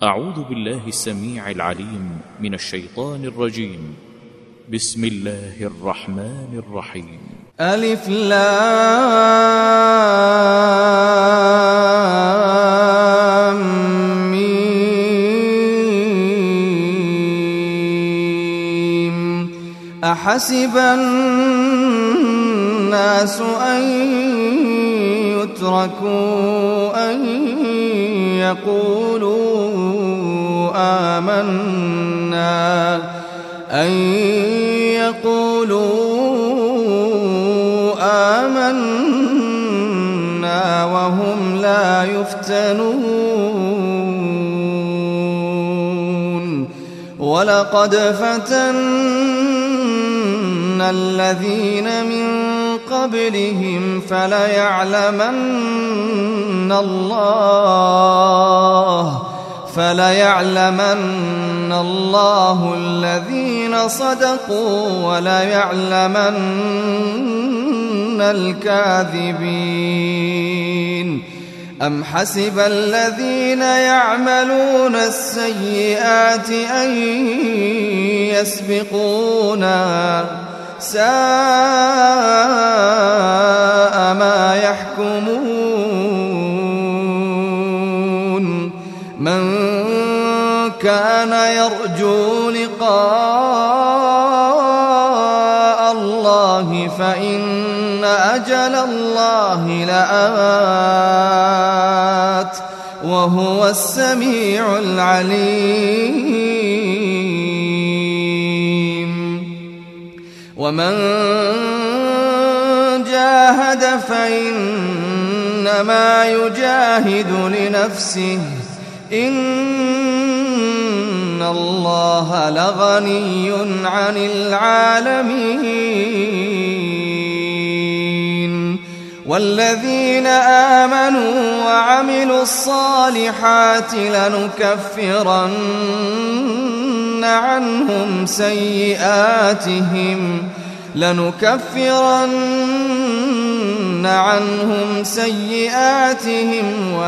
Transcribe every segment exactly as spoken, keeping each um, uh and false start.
أعوذ بالله السميع العليم من الشيطان الرجيم. بسم الله الرحمن الرحيم. ألف لام ميم. أحسب الناس أن يتركوا أن يقولوا آمنا أن يقولوا آمنا وهم لا يفتنون. ولقد فتنا الذين من قبلهم فليعلمن الله فليعلمن الله الذين صدقوا وليعلمن الكاذبين. أم حسب الذين يعملون السيئات أن يسبقونا ساء ما يحكمون. من كان يرجو لقاء الله فإن أجل الله لآت وهو السميع العليم. ومن جاهد فإنما يجاهد لنفسه إن الله لغني عن العالمين. والذين آمنوا وعملوا الصالحات لنكفرن عنهم سيئاتهم لنكفرن عنهم سيئاتهم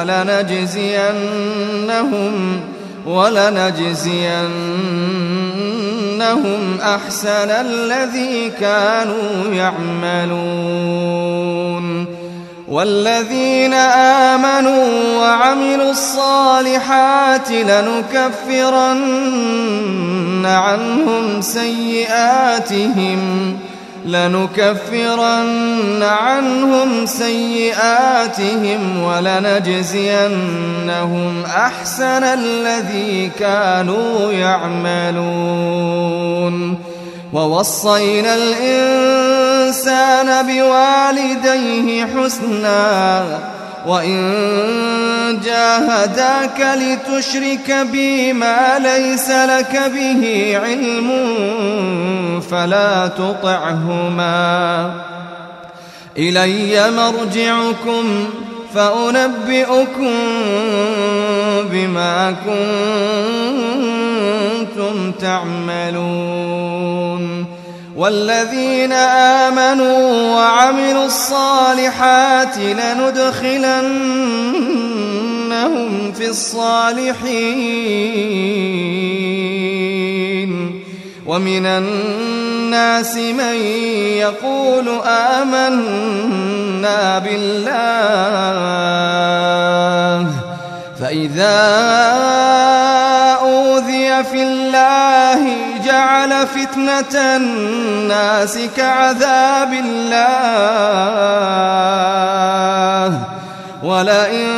ولنجزينهم ولنجزينهم أحسن الذي كانوا يعملون. والذين آمنوا وعملوا الصالحات لنكفرن عنهم سيئاتهم لنكفرن عنهم سيئاتهم ولنجزينهم أحسن الذي كانوا يعملون. ووصينا الإنسان بوالديه حسنا وإن جاهداك لتشرك بي ما ليس لك به علم فلا تطعهما إلي مرجعكم فأنبئكم بما كنتم تعملون. والذين آمنوا وعملوا الصالحات لندخلنهم في الصالحين. ومن الناس من يقول آمنا بالله فإذا أوذي في الله جعل فتنة الناس كعذاب الله ولئن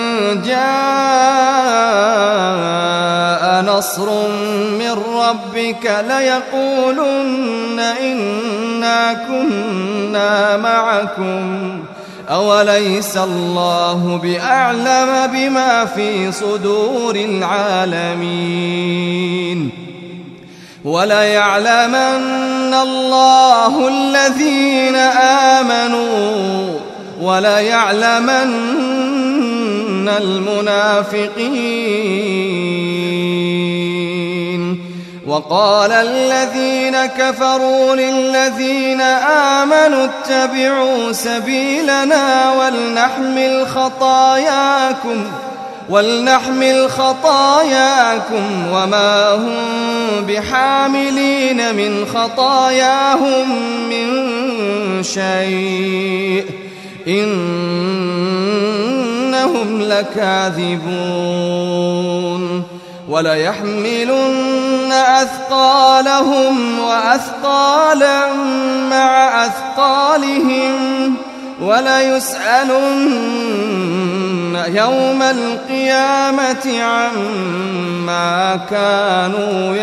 جاء نصر من ربك ليقولن إنا كنا معكم أوليس الله بأعلم بما في صدور العالمين. وليعلمن الله الذين آمنوا وليعلمن المنافقين. وقال الذين كفروا للذين آمنوا اتبعوا سبيلنا ولنحمل خطاياكم ولنحمل خطاياكم وما هم بحاملين من خطاياهم من شيء إنهم لكاذبون وليحملن أثقالهم وأثقالا مع أثقالهم وليسألن يوم القيامة عما كانوا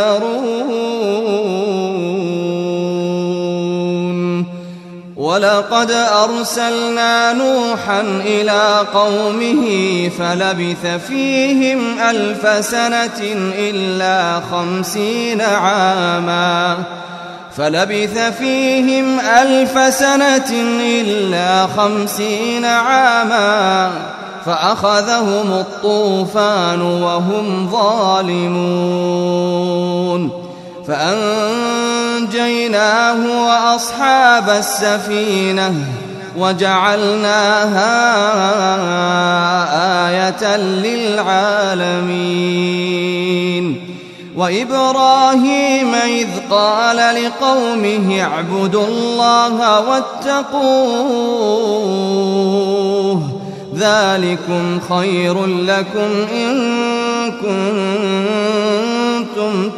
يفترون ولقد أرسلنا نوحا إلى قومه فلبث فيهم ألف سنة إلا خمسين عاما فلبث فيهم ألف سنة إلا خمسين عاما فأخذهم الطوفان وهم ظالمون فأنجيناه وأصحاب السفينة وجعلناها آية للعالمين وإبراهيم إذ قال لقومه اعبدوا الله واتقوه ذلكم خير لكم إن كنتم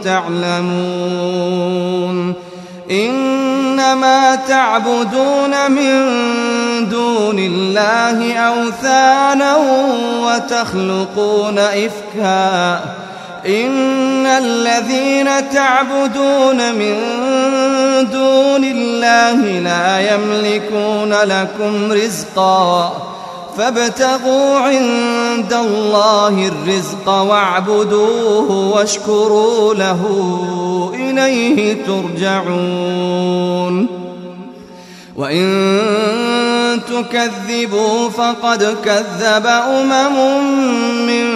تعلمون إنما تعبدون من دون الله أوثانا وتخلقون إفكا إن الذين تعبدون من دون الله لا يملكون لكم رزقا فابتغوا عند الله الرزق واعبدوه واشكروا له إليه ترجعون وإن تكذبوا فقد كذب أمم من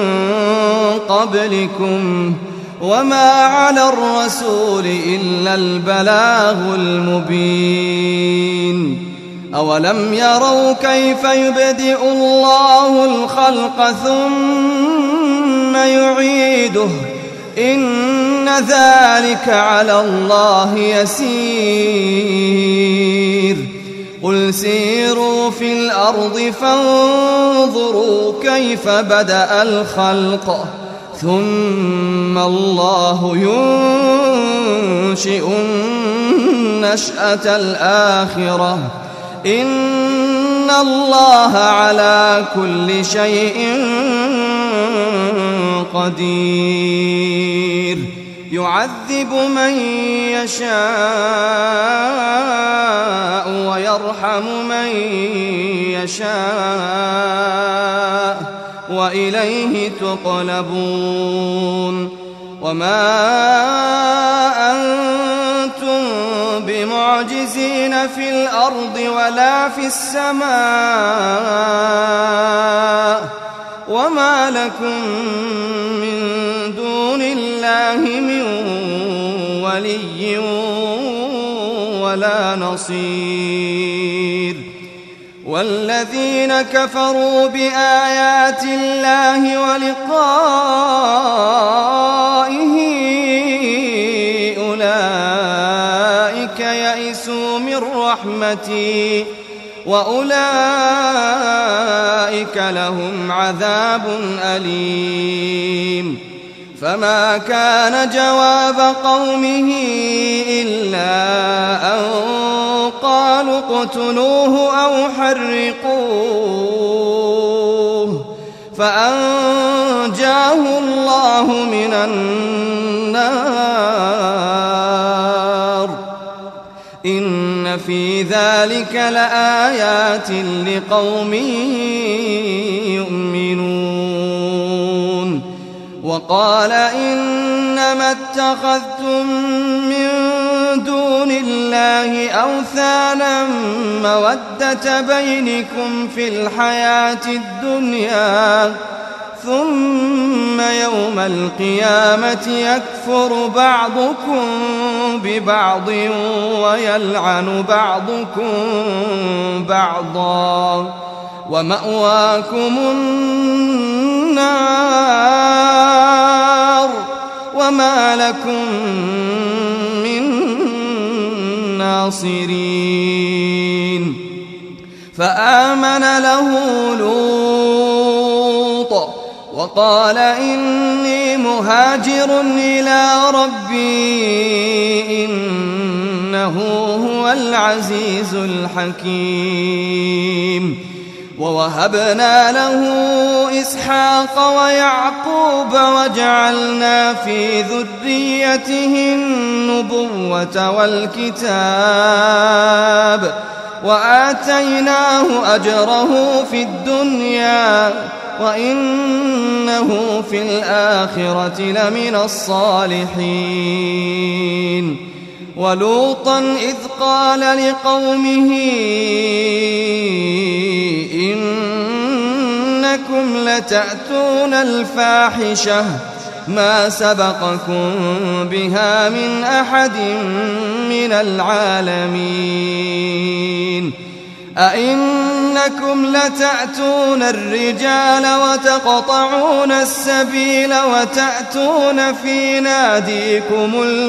قبلكم وما على الرسول إلا البلاغ المبين أولم يروا كيف يبدئ الله الخلق ثم يعيده إن ذلك على الله يسير قل سيروا في الأرض فانظروا كيف بدأ الخلق ثم الله ينشئ النشأة الآخرة إن الله على كل شيء قدير يعذب من يشاء ويرحم من يشاء وإليه تقلبون وما أنتم بمعجزين في الأرض ولا في السماء وما لكم من دون الله من ولي ولا نصير والذين كفروا بآيات الله ولقائه أولئك يئسوا من رحمتي وأولئك لهم عذاب أليم فما كان جواب قومه إلا أن قالوا اقتلوه أو حرقوه فأنجاه الله من النار إن في ذلك لآيات لقوم يؤمنون وقال إنما اتخذتم من دون الله أوثانا مودة بينكم في الحياة الدنيا ثم يوم القيامة يكفر بعضكم ببعض ويلعن بعضكم بعضا ومأواكم النار وما لكم من ناصرين. فآمن له لوط وقال إني مهاجر إلى ربي إنه هو العزيز الحكيم. ووهبنا له إسحاق ويعقوب وجعلنا في ذريته النبوة والكتاب وآتيناه أجره في الدنيا وإنه في الآخرة لمن الصالحين. ولوطا إذ قال لقومه إنكم لتأتون الفاحشة ما سبقكم بها من أحد من العالمين. أئنكم لتأتون الرجال وتقطعون السبيل وتأتون في ناديكم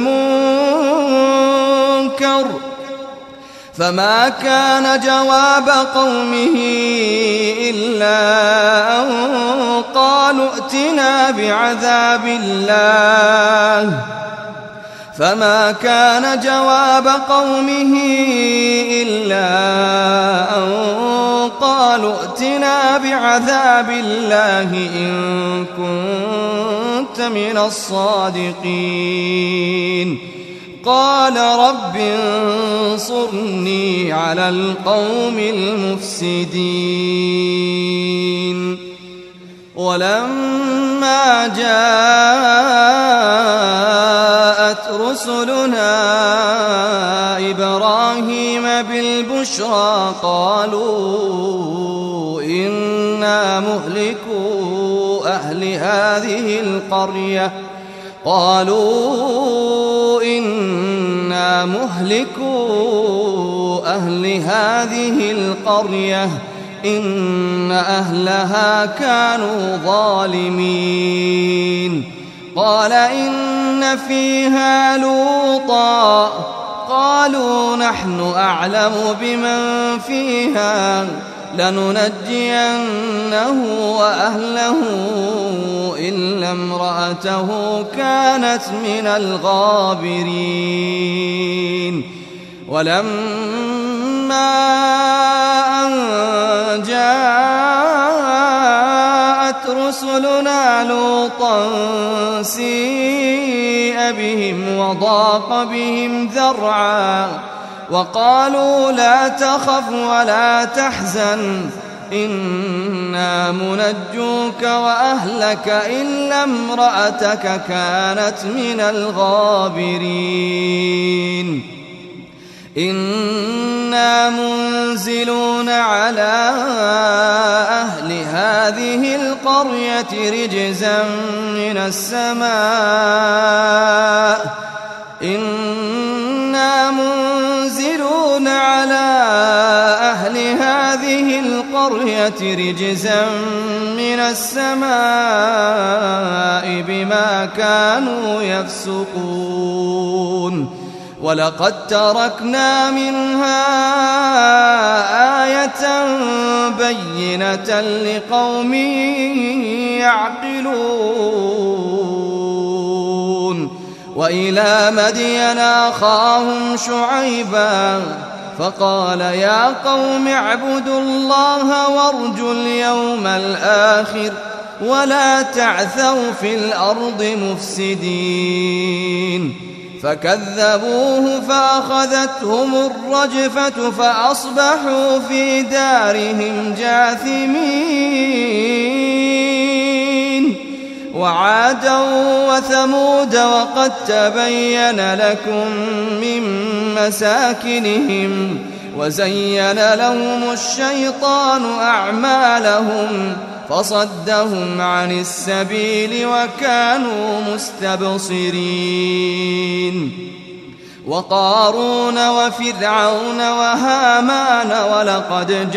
المنكر. فما كان جواب قومه إلا أن قالوا ائتنا بعذاب الله فما كان جواب قومه إلا أن قالوا ائتنا بعذاب الله إن كنت من الصادقين. قال رب انصرني على القوم المفسدين. ولما جاءت رسلنا إبراهيم بالبشرى قالوا إنا مهلكو أهل هذه القرية قالوا إنا مهلكو أهل هذه القرية إن أهلها كانوا ظالمين. قال إن فيها لوطا قالوا نحن أعلم بمن فيها لننجينه وأهله إلا امرأته كانت من الغابرين. ولما أن جاءت رسلنا لوطا سيء بهم وضاق بهم ذرعا وقالوا لا تخف ولا تحزن إنا منجوك وأهلك إلا امرأتك كانت من الغابرين. إنا منزلون على أهل هذه القرية رجزا من السماء إنا منزلون على أهل هذه القرية رجزا من السماء بما كانوا يفسقون. ولقد تركنا منها آية بينة لقوم يعقلون. وإلى مدين أخاهم شعيبا فقال يا قوم اعبدوا الله وارجوا اليوم الآخر ولا تعثوا في الأرض مفسدين. فكذبوه فأخذتهم الرجفة فأصبحوا في دارهم جاثمين. وعادا وثمود وقد تبين لكم من مساكنهم وزين لهم الشيطان أعمالهم فصدهم عن السبيل وكانوا مستبصرين. وقارون وفرعون وهامان ولقد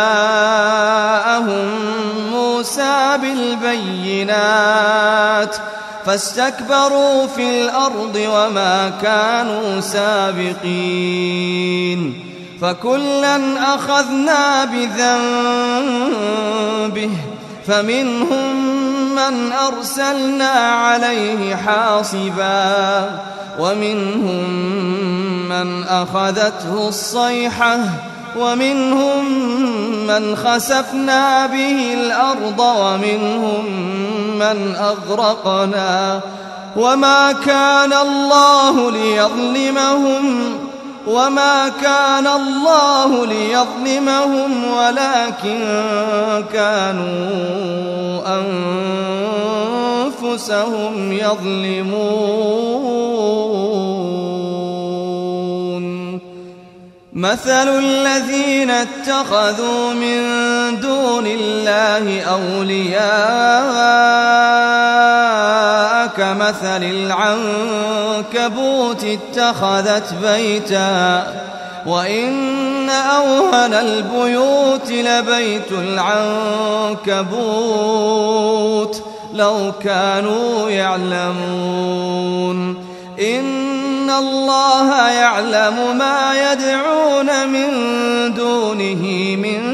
جاءهم موسى بالبينات فاستكبروا في الأرض وما كانوا سابقين فكلا أخذنا بذنبه فمنهم من أرسلنا عليه حاصبا ومنهم من أخذته الصيحة ومنهم من خسفنا به الأرض ومنهم من أغرقنا وما كان الله ليظلمهم وما كان الله ليظلمهم ولكن كانوا أنفسهم يظلمون مثل الذين اتخذوا من دون الله أولياء كمثل العنكبوت اتخذت بيتا وإن أوهن البيوت لبيت العنكبوت لو كانوا يعلمون إن الله يعلم ما يدعون من دونه من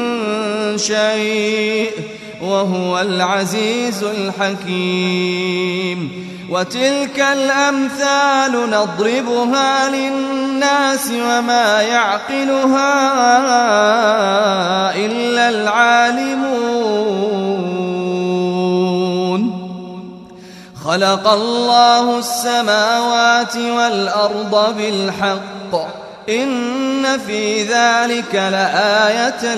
شيء وهو العزيز الحكيم وتلك الأمثال نضربها للناس وما يعقلها إلا العالمون خلق الله السماوات والأرض بالحق إن في ذلك لآية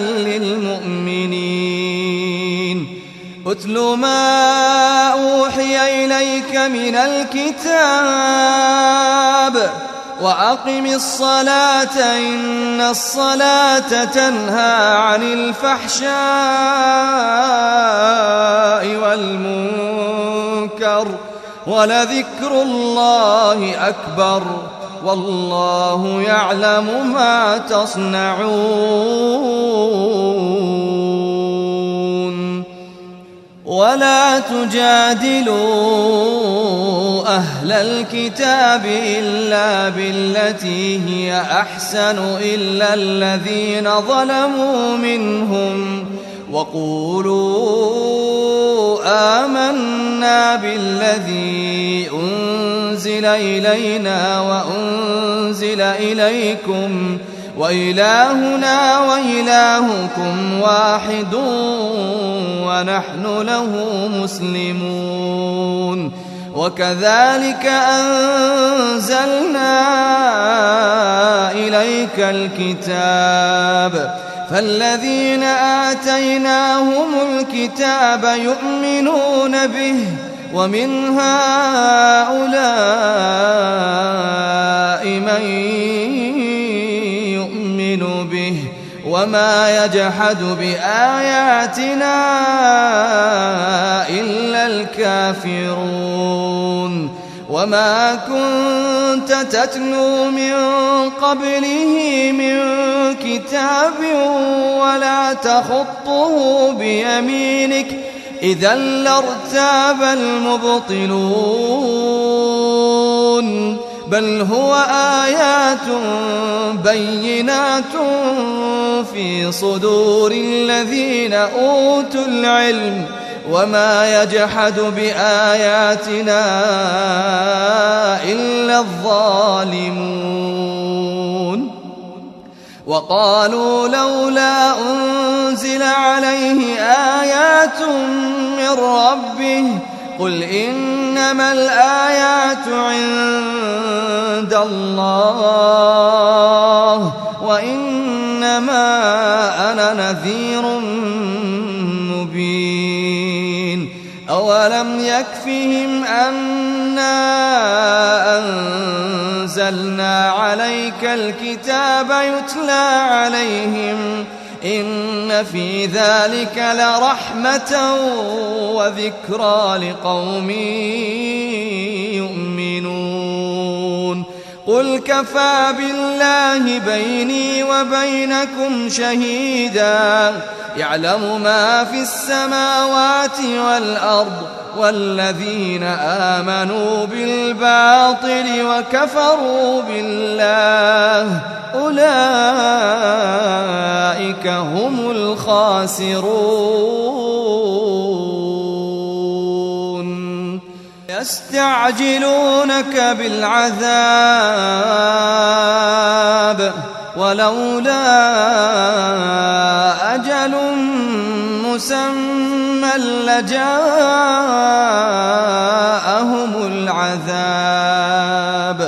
للمؤمنين أتل ما أوحي إليك من الكتاب وأقم الصلاة إن الصلاة تنهى عن الفحشاء والمنكر ولذكر الله أكبر والله يعلم ما تصنعون ولا تجادلوا أهل الكتاب إلا بالتي هي أحسن إلا الذين ظلموا منهم وقولوا آمنا بالذي أنزل إلينا وأنزل إليكم وإلهنا وإلهكم واحد ونحن له مسلمون وكذلك أنزلنا إليك الكتاب فالذين آتيناهم الكتاب يؤمنون به ومن هؤلاء من يؤمن به وما يجحد بآياتنا إلا الكافرون وما كنت تتلو من قبله من كتاب ولا تخطه بيمينك إذا لارتاب المبطلون بل هو آيات بينات في صدور الذين أوتوا العلم وما يجحد بآياتنا إلا الظالمون وقالوا لولا أنزل عليه آيات من ربه قل إنما الآيات عند الله وإنما أنا نذير مبين أولم يكفهم أنا أنزلنا عليك الكتاب يتلى عليهم إن في ذلك لرحمة وذكرى لقوم يؤمنون قل كفى بالله بيني وبينكم شهيدا يعلم ما في السماوات والأرض والذين آمنوا بالباطل وكفروا بالله أولئك هم الخاسرون يستعجلونك بالعذاب ولولا أجل مسمى لجاءهم العذاب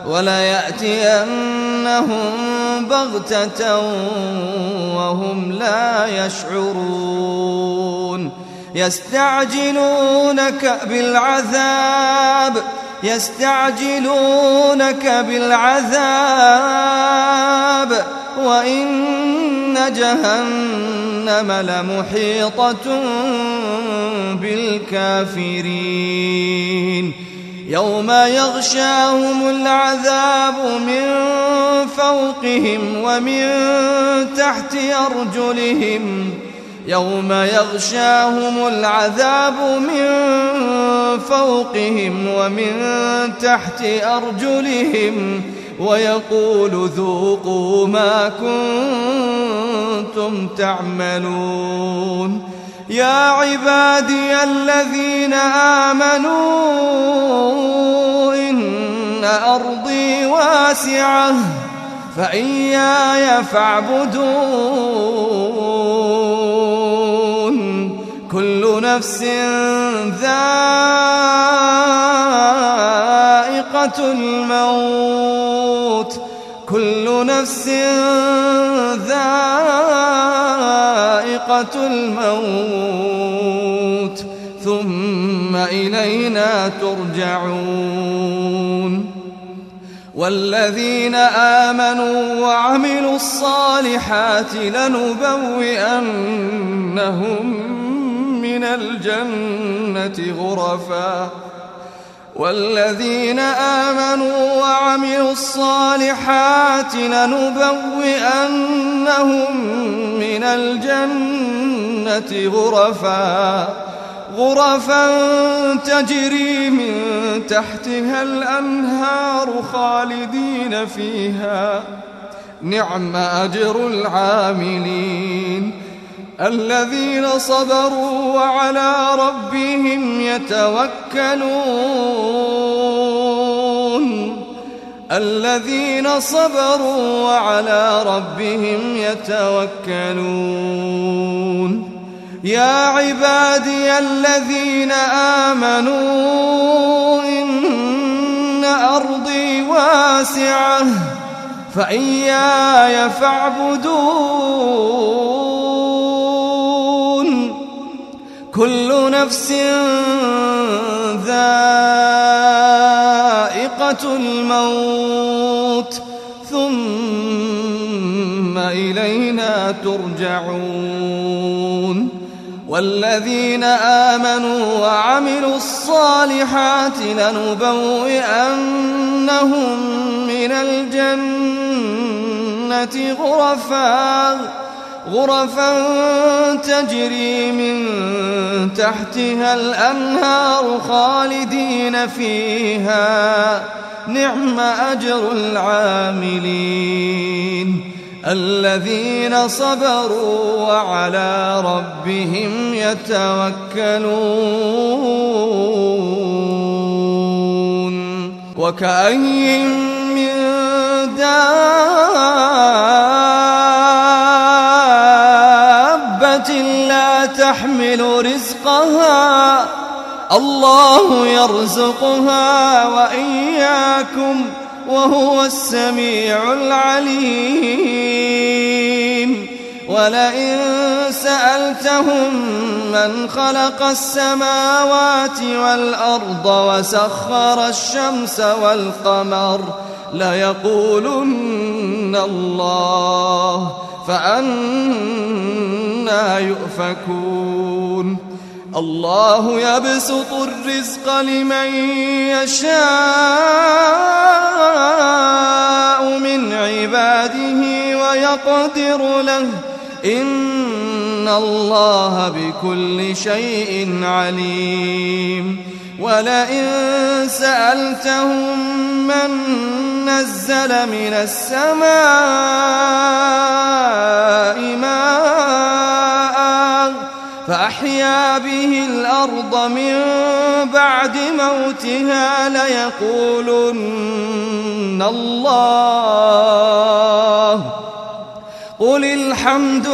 وليأتينهم بغتة وهم لا يشعرون يستعجلونك بالعذاب يستعجلونك بالعذاب وإن جهنم لمحيطة بالكافرين يوم يغشاهم العذاب من فوقهم ومن تحت أرجلهم يوم يغشاهم العذاب من فوقهم ومن تحت أرجلهم ويقول ذوقوا ما كنتم تعملون يا عبادي الذين آمنوا إن أرضي واسعة فإياي فاعبدون كل نفس ذائقة الموت كل نفس ذائقة الموت ثم إلينا ترجعون والذين آمنوا وعملوا الصالحات لنبوئنهم من الجنة غرفا والذين آمنوا وعملوا الصالحات لنبوئنهم من الجنة غرفا غرفا تجري من تحتها الأنهار خالدين فيها نعم أجر العاملين الذين صبروا وعلى ربهم يتوكلون الذين صبروا وعلى ربهم يتوكلون يا عبادي الذين آمنوا إن أرضي واسعة فإياي فاعبدون كل نفس ذائقة الموت ثم إلينا ترجعون والذين آمنوا وعملوا الصالحات لنبوئنهم من الجنة غرفا غرفا تجري من تحتها الأنهار خالدين فيها نعم أجر العاملين الذين صبروا وعلى ربهم يتوكلون وكأين من دابة لا تحمل رزقها الله يرزقها وإياكم وهو السميع العليم ولئن سألتهم من خلق السماوات والأرض وسخر الشمس والقمر ليقولن الله فأنى يؤفكون الله يبسط الرزق لمن يشاء من عباده ويقدر له إن الله بكل شيء عليم ولئن سألتهم من نزل من السماء ماء فأحيا به الأرض من بعد موتها ليقولن الله قل الحمد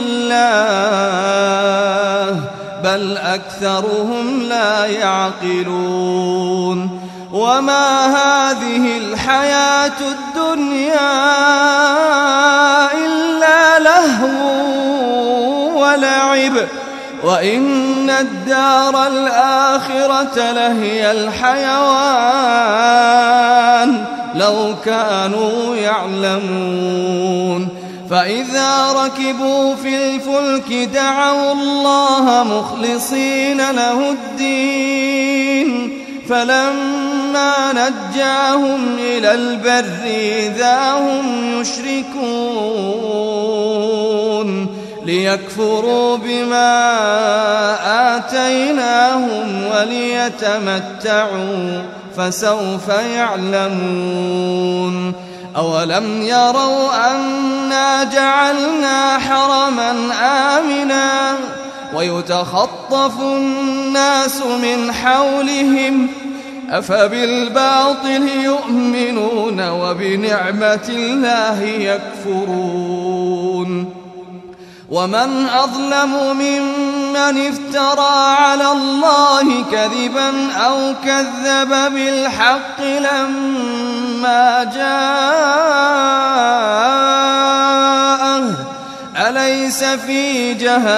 لله بل أكثرهم لا يعقلون وما هذه الحياة الدنيا إلا لهو ولعب وإن الدار الآخرة لهي الحيوان لو كانوا يعلمون فإذا ركبوا في الفلك دعوا الله مخلصين له الدين فلما نجاهم إلى البر إذا هم يشركون ليكفروا بما آتيناهم وليتمتعوا فسوف يعلمون أولم يروا أنا جعلنا حرما آمنا ويتخطف الناس من حولهم أفبالباطل يؤمنون وبنعمة الله يكفرون ومن أظلم ممن افترى على الله كذبا أو كذب بالحق لما جاءه أليس في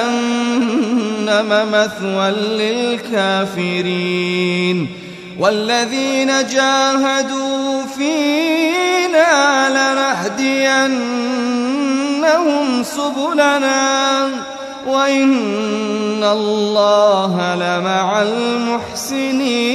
جهنم مثوى للكافرين والذين جاهدوا فينا لنهدينهم سبلنا وإن الله لمع المحسنين